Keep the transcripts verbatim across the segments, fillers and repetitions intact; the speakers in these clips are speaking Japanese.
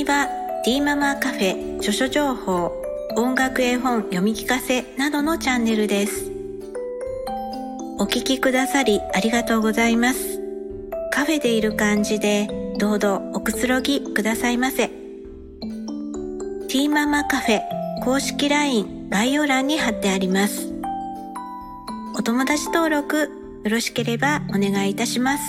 組はティーママカフェ、著書情報、音楽絵本読み聞かせなどのチャンネルです。お聞きくださりありがとうございます。カフェでいる感じでどうぞおくつろぎくださいませ。ティーママカフェ公式 ライン 概要欄に貼ってあります。お友達登録よろしければお願いいたします。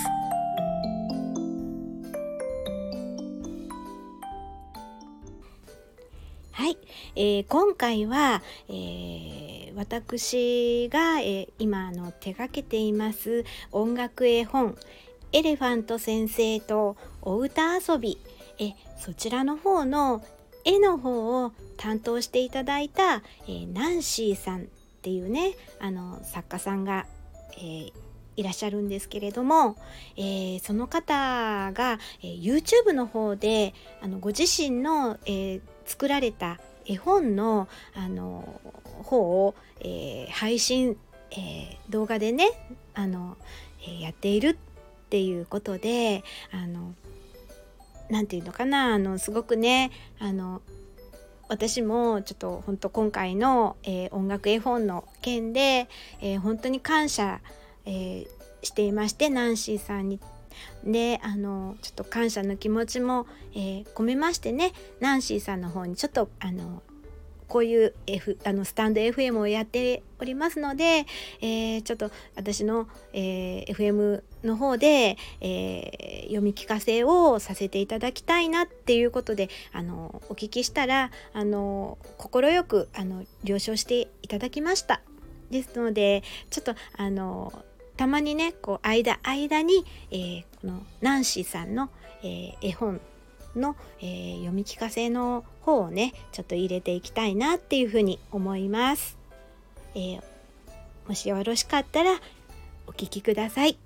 はい、えー、今回は、えー、私が、えー、今あの手掛けています音楽絵本エレファント先生とお歌遊び、えそちらの方の絵の方を担当していただいた、えー、ナンシーさんっていうねあの作家さんが、えー、いらっしゃるんですけれども、えー、その方が、えー、YouTube の方であのご自身の、えー、作られた絵本の、あの方を、えー、配信、えー、動画でねあの、えー、やっているっていうことであのなんていうのかなあのすごくねあの私もちょっと本当今回の、えー、音楽絵本の件で、えー、本当に感謝、えー、していましてナンシーさんにであのちょっと感謝の気持ちも、えー、込めましてねナンシーさんの方にちょっとあのこういう、F、あのスタンド エフエム をやっておりますので、えー、ちょっと私の、えー、エフエム の方で、えー、読み聞かせをさせていただきたいなっていうことであのお聞きしたらあの快くあの了承していただきました。ですのでちょっとあのたまにねこう間間に、えー、このナンシーさんの、えー、絵本の、えー、読み聞かせの方をねちょっと入れていきたいなっていうふうに思います、えー、もしよろしかったらお聞きください。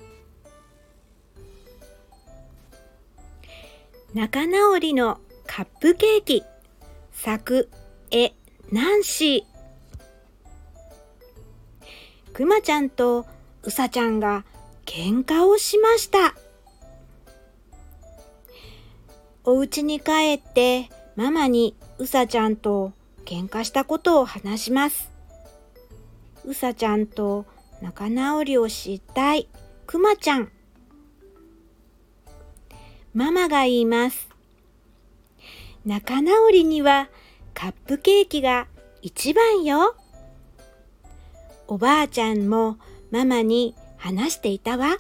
仲直りのカップケーキ作絵ナンシー。くまちゃんとうさちゃんが喧嘩をしました。お家に帰ってママにうさちゃんと喧嘩したことを話します。うさちゃんと仲直りをしたいくまちゃん。ママが言います。仲直りにはカップケーキが一番よ。おばあちゃんもママに話していたわ。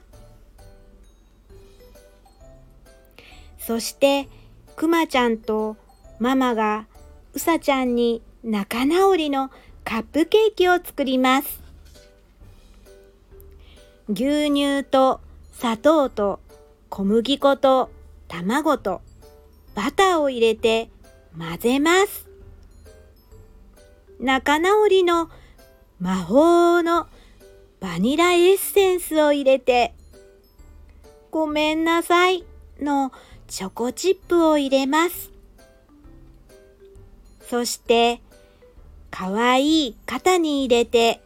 そしてくまちゃんとママがうさちゃんに仲直りのカップケーキを作ります。牛乳と砂糖と小麦粉と卵とバターを入れて混ぜます。仲直りの魔法のバニラエッセンスを入れてごめんなさいのチョコチップを入れます。そしてかわいい型に入れて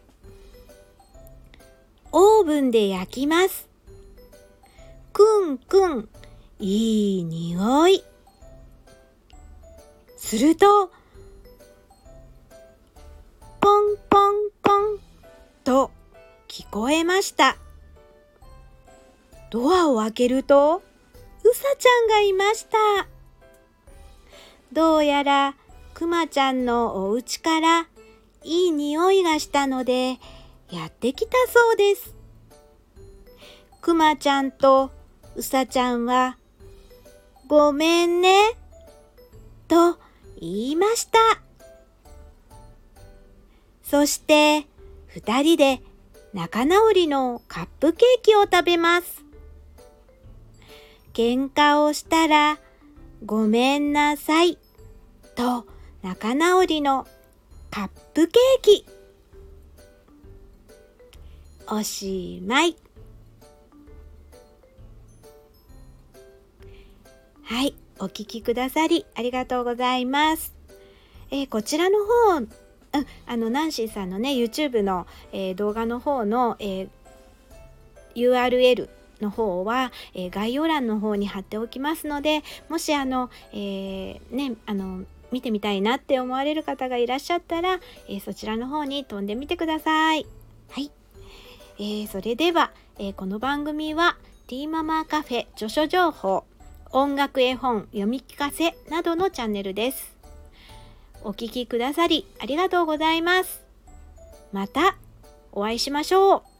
オーブンで焼きます。くんくんいい匂い。するとポンポンポンと聞こえました。ドアを開けるとうさちゃんがいました。どうやらくまちゃんのお家からいい匂いがしたのでやってきたそうです。くまちゃんとうさちゃんはごめんねと言いました。そして二人で仲直りのカップケーキを食べます。喧嘩をしたらごめんなさいと仲直りのカップケーキ。おしまい。はい、お聞きくださりありがとうございます。えー、こちらの方、うん、あのナンシーさんのね YouTube の、えー、動画の方の、えー、ユーアールエルの方は、えー、概要欄の方に貼っておきますので、もしあの、えー、ね、あの見てみたいなって思われる方がいらっしゃったら、えー、そちらの方に飛んでみてください。はい、えー、それでは、えー、この番組はティーママカフェ著書情報、音楽絵本読み聞かせなどのチャンネルです。お聞きくださりありがとうございます。またお会いしましょう。